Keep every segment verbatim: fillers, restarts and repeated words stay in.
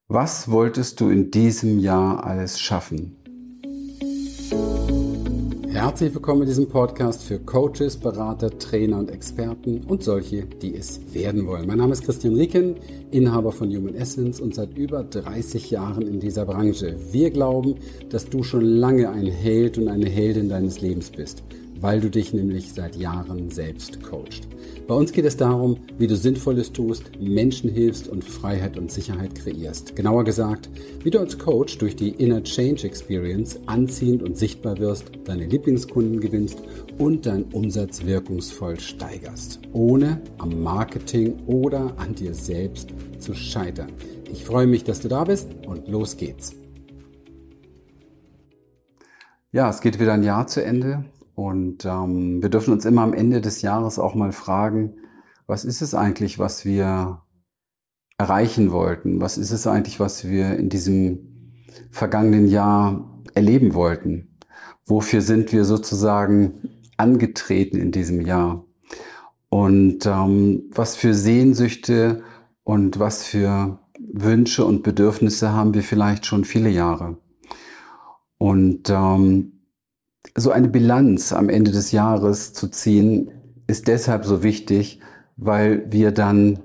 Was wolltest du in diesem Jahr alles schaffen? Herzlich willkommen in diesem Podcast für Coaches, Berater, Trainer und Experten und solche, die es werden wollen. Mein Name ist Christian Rieken, Inhaber von Human Essence und seit über dreißig Jahren in dieser Branche. Wir glauben, dass du schon lange ein Held und eine Heldin deines Lebens bist, weil du dich nämlich seit Jahren selbst coachst. Bei uns geht es darum, wie du Sinnvolles tust, Menschen hilfst und Freiheit und Sicherheit kreierst. Genauer gesagt, wie du als Coach durch die Inner Change Experience anziehend und sichtbar wirst, deine Lieblingskunden gewinnst und deinen Umsatz wirkungsvoll steigerst, ohne am Marketing oder an dir selbst zu scheitern. Ich freue mich, dass du da bist und los geht's. Ja, es geht wieder ein Jahr zu Ende. Und ähm, wir dürfen uns immer am Ende des Jahres auch mal fragen, was ist es eigentlich, was wir erreichen wollten? Was ist es eigentlich, was wir in diesem vergangenen Jahr erleben wollten? Wofür sind wir sozusagen angetreten in diesem Jahr? Und ähm, was für Sehnsüchte und was für Wünsche und Bedürfnisse haben wir vielleicht schon viele Jahre? Und ähm, so eine Bilanz am Ende des Jahres zu ziehen, ist deshalb so wichtig, weil wir dann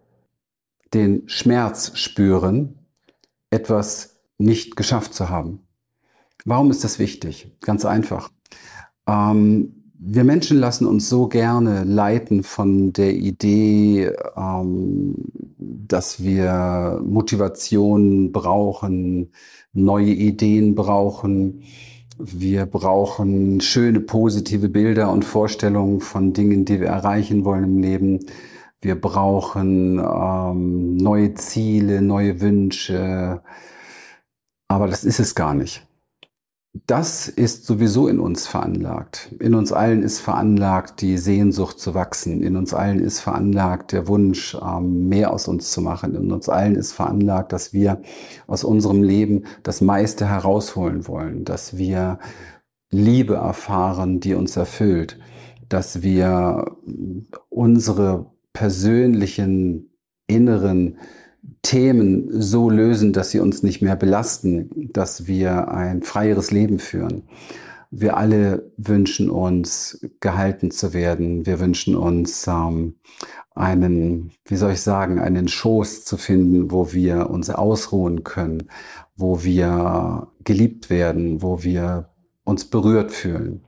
den Schmerz spüren, etwas nicht geschafft zu haben. Warum ist das wichtig? Ganz einfach. Ähm, wir Menschen lassen uns so gerne leiten von der Idee, ähm, dass wir Motivation brauchen, neue Ideen brauchen. Wir brauchen schöne, positive Bilder und Vorstellungen von Dingen, die wir erreichen wollen im Leben. Wir brauchen ähm, neue Ziele, neue Wünsche. Aber das ist es gar nicht. Das ist sowieso in uns veranlagt. In uns allen ist veranlagt, die Sehnsucht zu wachsen. In uns allen ist veranlagt, der Wunsch, mehr aus uns zu machen. In uns allen ist veranlagt, dass wir aus unserem Leben das meiste herausholen wollen, dass wir Liebe erfahren, die uns erfüllt, dass wir unsere persönlichen, inneren Themen so lösen, dass sie uns nicht mehr belasten, dass wir ein freieres Leben führen. Wir alle wünschen uns, gehalten zu werden. Wir wünschen uns ähm, einen, wie soll ich sagen, einen Schoß zu finden, wo wir uns ausruhen können, wo wir geliebt werden, wo wir uns berührt fühlen.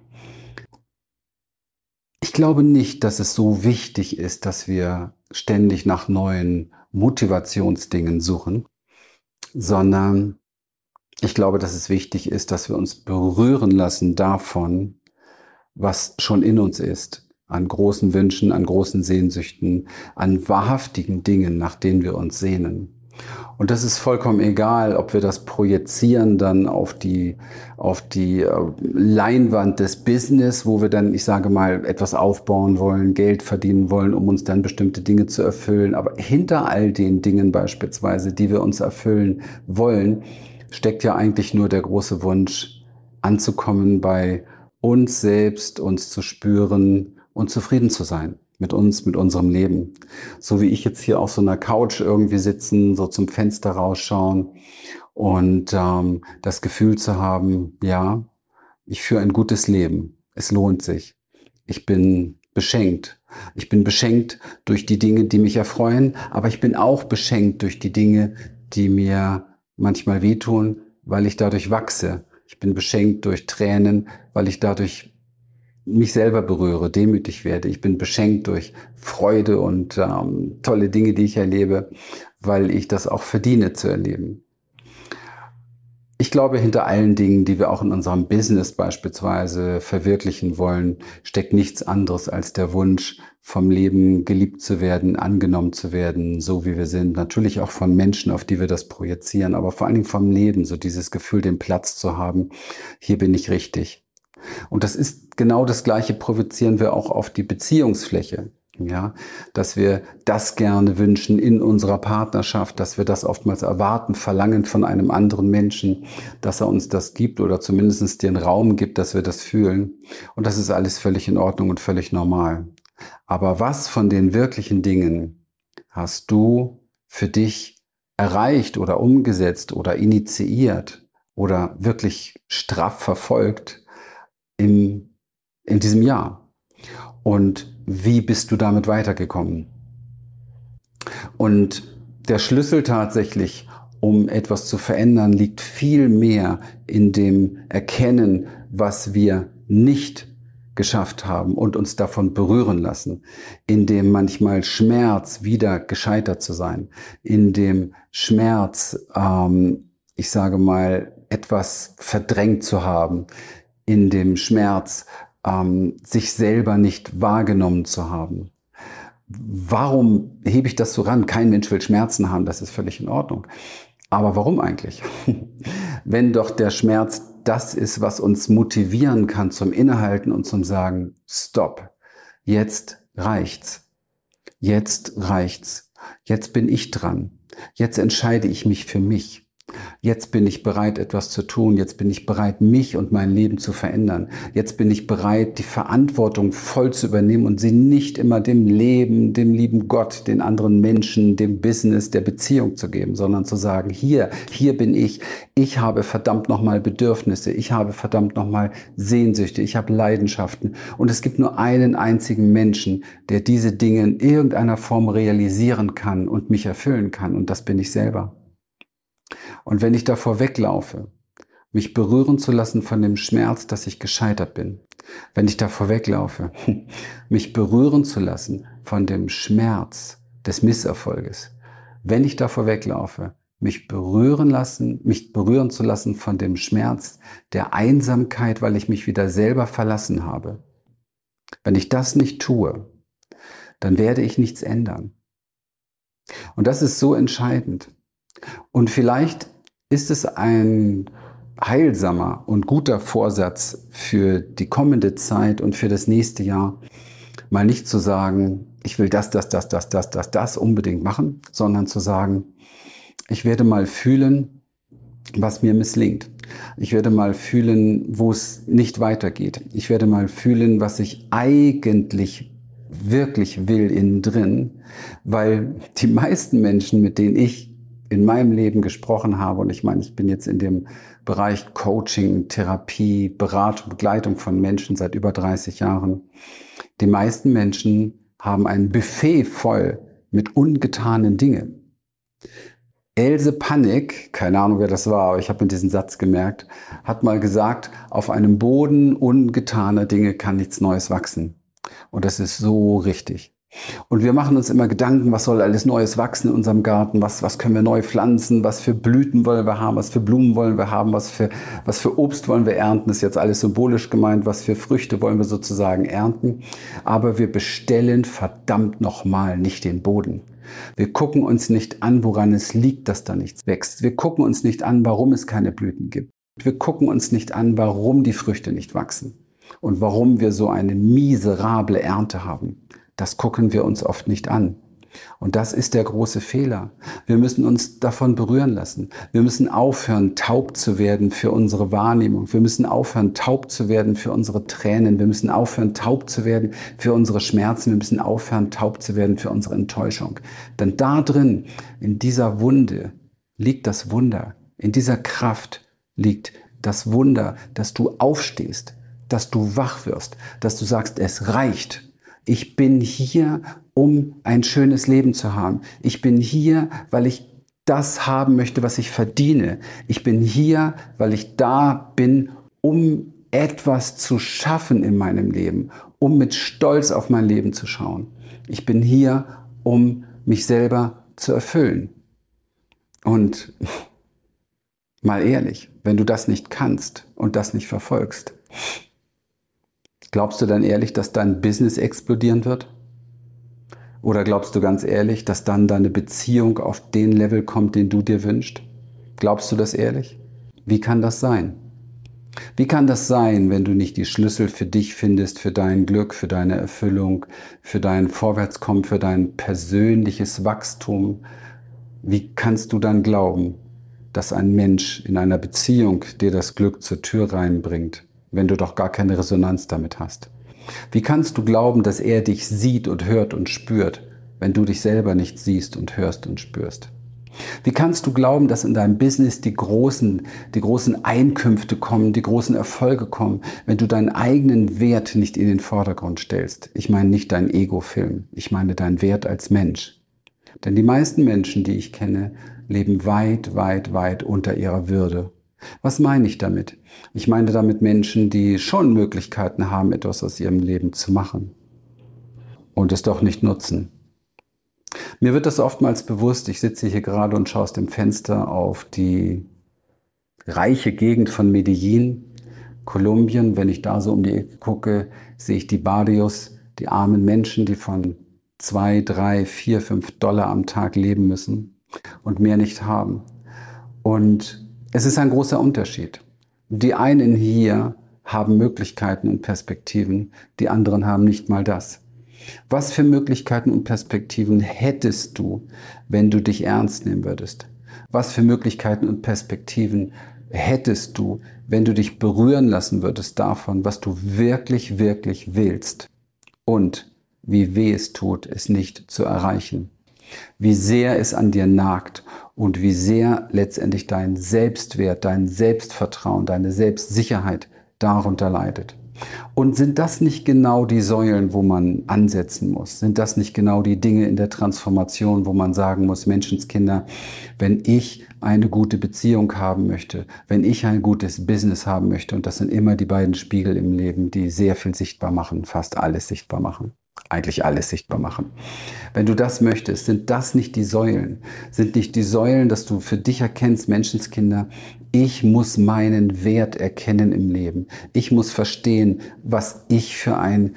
Ich glaube nicht, dass es so wichtig ist, dass wir ständig nach neuen Motivationsdingen suchen, sondern ich glaube, dass es wichtig ist, dass wir uns berühren lassen davon, was schon in uns ist, an großen Wünschen, an großen Sehnsüchten, an wahrhaftigen Dingen, nach denen wir uns sehnen. Und das ist vollkommen egal, ob wir das projizieren dann auf die, auf die Leinwand des Business, wo wir dann, ich sage mal, etwas aufbauen wollen, Geld verdienen wollen, um uns dann bestimmte Dinge zu erfüllen. Aber hinter all den Dingen beispielsweise, die wir uns erfüllen wollen, steckt ja eigentlich nur der große Wunsch, anzukommen bei uns selbst, uns zu spüren und zufrieden zu sein. Mit uns, mit unserem Leben. So wie ich jetzt hier auf so einer Couch irgendwie sitzen, so zum Fenster rausschauen und ähm, das Gefühl zu haben, ja, ich führe ein gutes Leben. Es lohnt sich. Ich bin beschenkt. Ich bin beschenkt durch die Dinge, die mich erfreuen, aber ich bin auch beschenkt durch die Dinge, die mir manchmal wehtun, weil ich dadurch wachse. Ich bin beschenkt durch Tränen, weil ich dadurch mich selber berühre, demütig werde. Ich bin beschenkt durch Freude und ähm, tolle Dinge, die ich erlebe, weil ich das auch verdiene zu erleben. Ich glaube, hinter allen Dingen, die wir auch in unserem Business beispielsweise verwirklichen wollen, steckt nichts anderes als der Wunsch, vom Leben geliebt zu werden, angenommen zu werden, so wie wir sind. Natürlich auch von Menschen, auf die wir das projizieren, aber vor allen Dingen vom Leben, so dieses Gefühl, den Platz zu haben, hier bin ich richtig. Und das ist genau das Gleiche, projizieren wir auch auf die Beziehungsfläche. Ja, dass wir das gerne wünschen in unserer Partnerschaft, dass wir das oftmals erwarten, verlangen von einem anderen Menschen, dass er uns das gibt oder zumindest den Raum gibt, dass wir das fühlen. Und das ist alles völlig in Ordnung und völlig normal. Aber was von den wirklichen Dingen hast du für dich erreicht oder umgesetzt oder initiiert oder wirklich straff verfolgt im, in diesem Jahr? Und wie bist du damit weitergekommen? Und der Schlüssel tatsächlich, um etwas zu verändern, liegt viel mehr in dem Erkennen, was wir nicht geschafft haben und uns davon berühren lassen, in dem manchmal Schmerz, wieder gescheitert zu sein, in dem Schmerz, ähm, ich sage mal, etwas verdrängt zu haben, in dem Schmerz, ähm, sich selber nicht wahrgenommen zu haben. Warum hebe ich das so ran? Kein Mensch will Schmerzen haben, das ist völlig in Ordnung. Aber warum eigentlich? Wenn doch der Schmerz das ist, was uns motivieren kann zum Innehalten und zum Sagen, stopp, jetzt reicht's. Jetzt reicht's. Jetzt bin ich dran. Jetzt entscheide ich mich für mich. Jetzt bin ich bereit, etwas zu tun. Jetzt bin ich bereit, mich und mein Leben zu verändern. Jetzt bin ich bereit, die Verantwortung voll zu übernehmen und sie nicht immer dem Leben, dem lieben Gott, den anderen Menschen, dem Business, der Beziehung zu geben, sondern zu sagen, hier, hier bin ich. Ich habe verdammt nochmal Bedürfnisse. Ich habe verdammt nochmal Sehnsüchte. Ich habe Leidenschaften. Und es gibt nur einen einzigen Menschen, der diese Dinge in irgendeiner Form realisieren kann und mich erfüllen kann. Und das bin ich selber. Und wenn ich davor weglaufe, mich berühren zu lassen von dem Schmerz, dass ich gescheitert bin, wenn ich davor weglaufe, mich berühren zu lassen von dem Schmerz des Misserfolges, wenn ich davor weglaufe, mich berühren lassen, mich berühren zu lassen von dem Schmerz der Einsamkeit, weil ich mich wieder selber verlassen habe, wenn ich das nicht tue, dann werde ich nichts ändern. Und das ist so entscheidend. Und vielleicht ist es ein heilsamer und guter Vorsatz für die kommende Zeit und für das nächste Jahr, mal nicht zu sagen, ich will das, das, das, das, das, das, das unbedingt machen, sondern zu sagen, ich werde mal fühlen, was mir misslingt. Ich werde mal fühlen, wo es nicht weitergeht. Ich werde mal fühlen, was ich eigentlich wirklich will innen drin, weil die meisten Menschen, mit denen ich in meinem Leben gesprochen habe, und ich meine, ich bin jetzt in dem Bereich Coaching, Therapie, Beratung, Begleitung von Menschen seit über dreißig Jahren. Die meisten Menschen haben ein Buffet voll mit ungetanen Dingen. Else Pannik, keine Ahnung, wer das war, aber ich habe mir diesen Satz gemerkt, hat mal gesagt, auf einem Boden ungetaner Dinge kann nichts Neues wachsen. Und das ist so richtig. Und wir machen uns immer Gedanken, was soll alles Neues wachsen in unserem Garten, was, was können wir neu pflanzen, was für Blüten wollen wir haben, was für Blumen wollen wir haben, was für, was für Obst wollen wir ernten, das ist jetzt alles symbolisch gemeint, was für Früchte wollen wir sozusagen ernten. Aber wir bestellen verdammt nochmal nicht den Boden. Wir gucken uns nicht an, woran es liegt, dass da nichts wächst. Wir gucken uns nicht an, warum es keine Blüten gibt. Wir gucken uns nicht an, warum die Früchte nicht wachsen und warum wir so eine miserable Ernte haben. Das gucken wir uns oft nicht an. Und das ist der große Fehler. Wir müssen uns davon berühren lassen. Wir müssen aufhören, taub zu werden für unsere Wahrnehmung. Wir müssen aufhören, taub zu werden für unsere Tränen. Wir müssen aufhören, taub zu werden für unsere Schmerzen. Wir müssen aufhören, taub zu werden für unsere Enttäuschung. Denn da drin, in dieser Wunde, liegt das Wunder. In dieser Kraft liegt das Wunder, dass du aufstehst, dass du wach wirst, dass du sagst, es reicht. Ich bin hier, um ein schönes Leben zu haben. Ich bin hier, weil ich das haben möchte, was ich verdiene. Ich bin hier, weil ich da bin, um etwas zu schaffen in meinem Leben, um mit Stolz auf mein Leben zu schauen. Ich bin hier, um mich selber zu erfüllen. Und mal ehrlich, wenn du das nicht kannst und das nicht verfolgst, glaubst du dann ehrlich, dass dein Business explodieren wird? Oder glaubst du ganz ehrlich, dass dann deine Beziehung auf den Level kommt, den du dir wünschst? Glaubst du das ehrlich? Wie kann das sein? Wie kann das sein, wenn du nicht die Schlüssel für dich findest, für dein Glück, für deine Erfüllung, für dein Vorwärtskommen, für dein persönliches Wachstum? Wie kannst du dann glauben, dass ein Mensch in einer Beziehung dir das Glück zur Tür reinbringt, wenn du doch gar keine Resonanz damit hast? Wie kannst du glauben, dass er dich sieht und hört und spürt, wenn du dich selber nicht siehst und hörst und spürst? Wie kannst du glauben, dass in deinem Business die großen, die großen Einkünfte kommen, die großen Erfolge kommen, wenn du deinen eigenen Wert nicht in den Vordergrund stellst? Ich meine nicht deinen Ego-Film, ich meine deinen Wert als Mensch. Denn die meisten Menschen, die ich kenne, leben weit, weit, weit unter ihrer Würde. Was meine ich damit? Ich meine damit Menschen, die schon Möglichkeiten haben, etwas aus ihrem Leben zu machen und es doch nicht nutzen. Mir wird das oftmals bewusst, ich sitze hier gerade und schaue aus dem Fenster auf die reiche Gegend von Medellin, Kolumbien. Wenn ich da so um die Ecke gucke, sehe ich die Barrios, die armen Menschen, die von zwei, drei, vier, fünf Dollar am Tag leben müssen und mehr nicht haben. Und es ist ein großer Unterschied. Die einen hier haben Möglichkeiten und Perspektiven, die anderen haben nicht mal das. Was für Möglichkeiten und Perspektiven hättest du, wenn du dich ernst nehmen würdest? Was für Möglichkeiten und Perspektiven hättest du, wenn du dich berühren lassen würdest davon, was du wirklich, wirklich willst? Und wie weh es tut, es nicht zu erreichen. Wie sehr es an dir nagt und wie sehr letztendlich dein Selbstwert, dein Selbstvertrauen, deine Selbstsicherheit darunter leidet. Und sind das nicht genau die Säulen, wo man ansetzen muss? Sind das nicht genau die Dinge in der Transformation, wo man sagen muss, Menschenskinder, wenn ich eine gute Beziehung haben möchte, wenn ich ein gutes Business haben möchte, und das sind immer die beiden Spiegel im Leben, die sehr viel sichtbar machen, fast alles sichtbar machen. Eigentlich alles sichtbar machen. Wenn du das möchtest, sind das nicht die Säulen? Sind nicht die Säulen, dass du für dich erkennst, Menschenskinder, ich muss meinen Wert erkennen im Leben. Ich muss verstehen, was ich für ein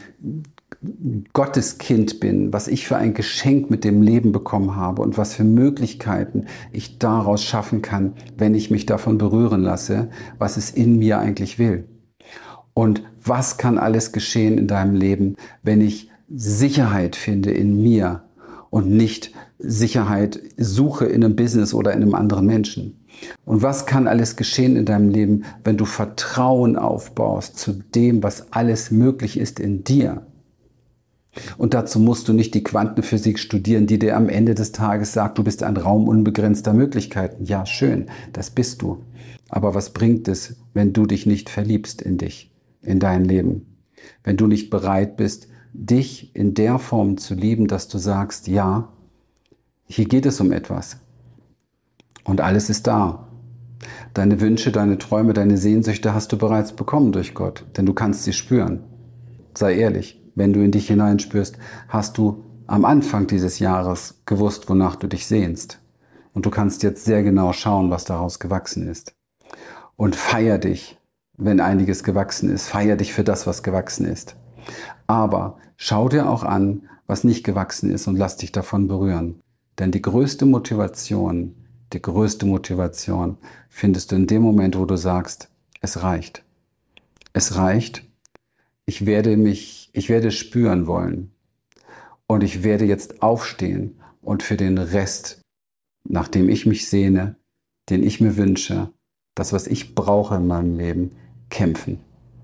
Gotteskind bin, was ich für ein Geschenk mit dem Leben bekommen habe und was für Möglichkeiten ich daraus schaffen kann, wenn ich mich davon berühren lasse, was es in mir eigentlich will. Und was kann alles geschehen in deinem Leben, wenn ich Sicherheit finde in mir und nicht Sicherheit suche in einem Business oder in einem anderen Menschen? Und was kann alles geschehen in deinem Leben, wenn du Vertrauen aufbaust zu dem, was alles möglich ist in dir? Und dazu musst du nicht die Quantenphysik studieren, die dir am Ende des Tages sagt, du bist ein Raum unbegrenzter Möglichkeiten. Ja, schön, das bist du. Aber was bringt es, wenn du dich nicht verliebst in dich, in dein Leben? Wenn du nicht bereit bist, dich in der Form zu lieben, dass du sagst, ja, hier geht es um etwas. Und alles ist da. Deine Wünsche, deine Träume, deine Sehnsüchte hast du bereits bekommen durch Gott, denn du kannst sie spüren. Sei ehrlich, wenn du in dich hineinspürst, hast du am Anfang dieses Jahres gewusst, wonach du dich sehnst. Und du kannst jetzt sehr genau schauen, was daraus gewachsen ist. Und feier dich, wenn einiges gewachsen ist. Feier dich für das, was gewachsen ist. Aber schau dir auch an, was nicht gewachsen ist und lass dich davon berühren. Denn die größte Motivation, die größte Motivation findest du in dem Moment, wo du sagst, es reicht. Es reicht. Ich werde mich, ich werde spüren wollen. Und ich werde jetzt aufstehen und für den Rest, nach dem ich mich sehne, den ich mir wünsche, das, was ich brauche in meinem Leben, kämpfen.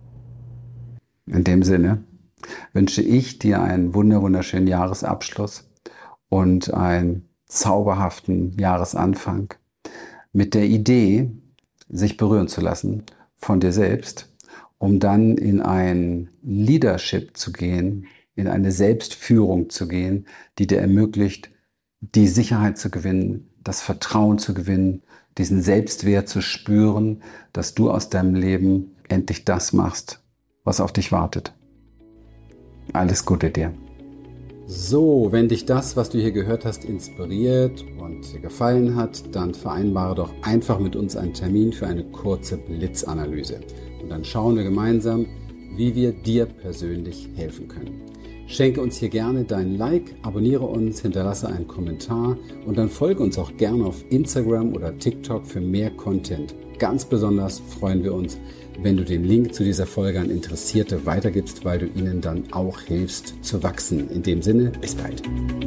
In dem Sinne wünsche ich dir einen wunderschönen Jahresabschluss und einen zauberhaften Jahresanfang mit der Idee, sich berühren zu lassen von dir selbst, um dann in ein Leadership zu gehen, in eine Selbstführung zu gehen, die dir ermöglicht, die Sicherheit zu gewinnen, das Vertrauen zu gewinnen, diesen Selbstwert zu spüren, dass du aus deinem Leben endlich das machst, was auf dich wartet. Alles Gute dir. So, wenn dich das, was du hier gehört hast, inspiriert und dir gefallen hat, dann vereinbare doch einfach mit uns einen Termin für eine kurze Blitzanalyse. Und dann schauen wir gemeinsam, wie wir dir persönlich helfen können. Schenke uns hier gerne dein Like, abonniere uns, hinterlasse einen Kommentar und dann folge uns auch gerne auf Instagram oder TikTok für mehr Content. Ganz besonders freuen wir uns, wenn du den Link zu dieser Folge an Interessierte weitergibst, weil du ihnen dann auch hilfst zu wachsen. In dem Sinne, bis bald.